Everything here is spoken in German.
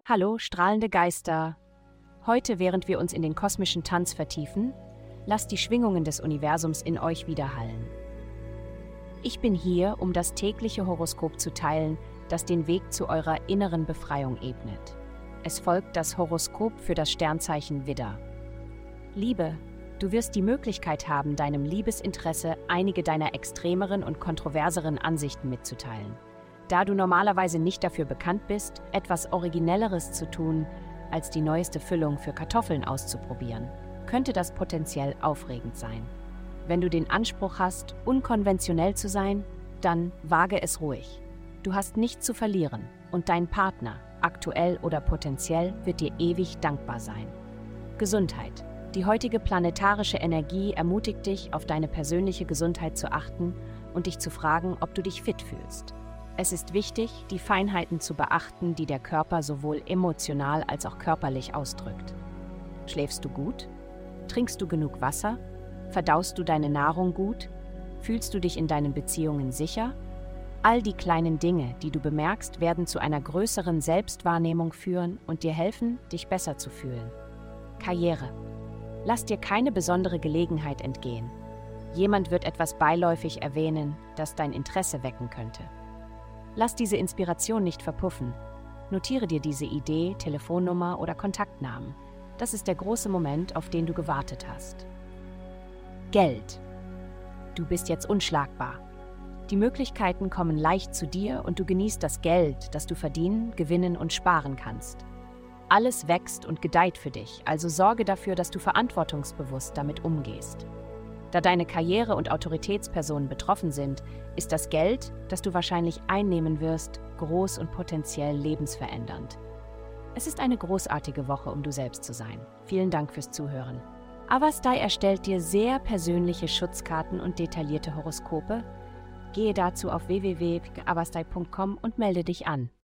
Hallo, strahlende Geister. Heute, während wir uns in den kosmischen Tanz vertiefen, lasst die Schwingungen des Universums in euch widerhallen. Ich bin hier, um das tägliche Horoskop zu teilen, das den Weg zu eurer inneren Befreiung ebnet. Es folgt das Horoskop für das Sternzeichen Widder. Liebe, du wirst die Möglichkeit haben, deinem Liebesinteresse einige deiner extremeren und kontroverseren Ansichten mitzuteilen. Da du normalerweise nicht dafür bekannt bist, etwas Originelleres zu tun, als die neueste Füllung für Kartoffeln auszuprobieren, könnte das potenziell aufregend sein. Wenn du den Anspruch hast, unkonventionell zu sein, dann wage es ruhig. Du hast nichts zu verlieren und dein Partner, aktuell oder potenziell, wird dir ewig dankbar sein. Gesundheit. Die heutige planetarische Energie ermutigt dich, auf deine persönliche Gesundheit zu achten und dich zu fragen, ob du dich fit fühlst. Es ist wichtig, die Feinheiten zu beachten, die der Körper sowohl emotional als auch körperlich ausdrückt. Schläfst du gut? Trinkst du genug Wasser? Verdaust du deine Nahrung gut? Fühlst du dich in deinen Beziehungen sicher? All die kleinen Dinge, die du bemerkst, werden zu einer größeren Selbstwahrnehmung führen und dir helfen, dich besser zu fühlen. Karriere. Lass dir keine besondere Gelegenheit entgehen. Jemand wird etwas beiläufig erwähnen, das dein Interesse wecken könnte. Lass diese Inspiration nicht verpuffen. Notiere dir diese Idee, Telefonnummer oder Kontaktnamen. Das ist der große Moment, auf den du gewartet hast. Geld. Du bist jetzt unschlagbar. Die Möglichkeiten kommen leicht zu dir und du genießt das Geld, das du verdienen, gewinnen und sparen kannst. Alles wächst und gedeiht für dich, also sorge dafür, dass du verantwortungsbewusst damit umgehst. Da deine Karriere und Autoritätspersonen betroffen sind, ist das Geld, das du wahrscheinlich einnehmen wirst, groß und potenziell lebensverändernd. Es ist eine großartige Woche, um du selbst zu sein. Vielen Dank fürs Zuhören. Avastai erstellt dir sehr persönliche Schutzkarten und detaillierte Horoskope. Gehe dazu auf www.avastai.com und melde dich an.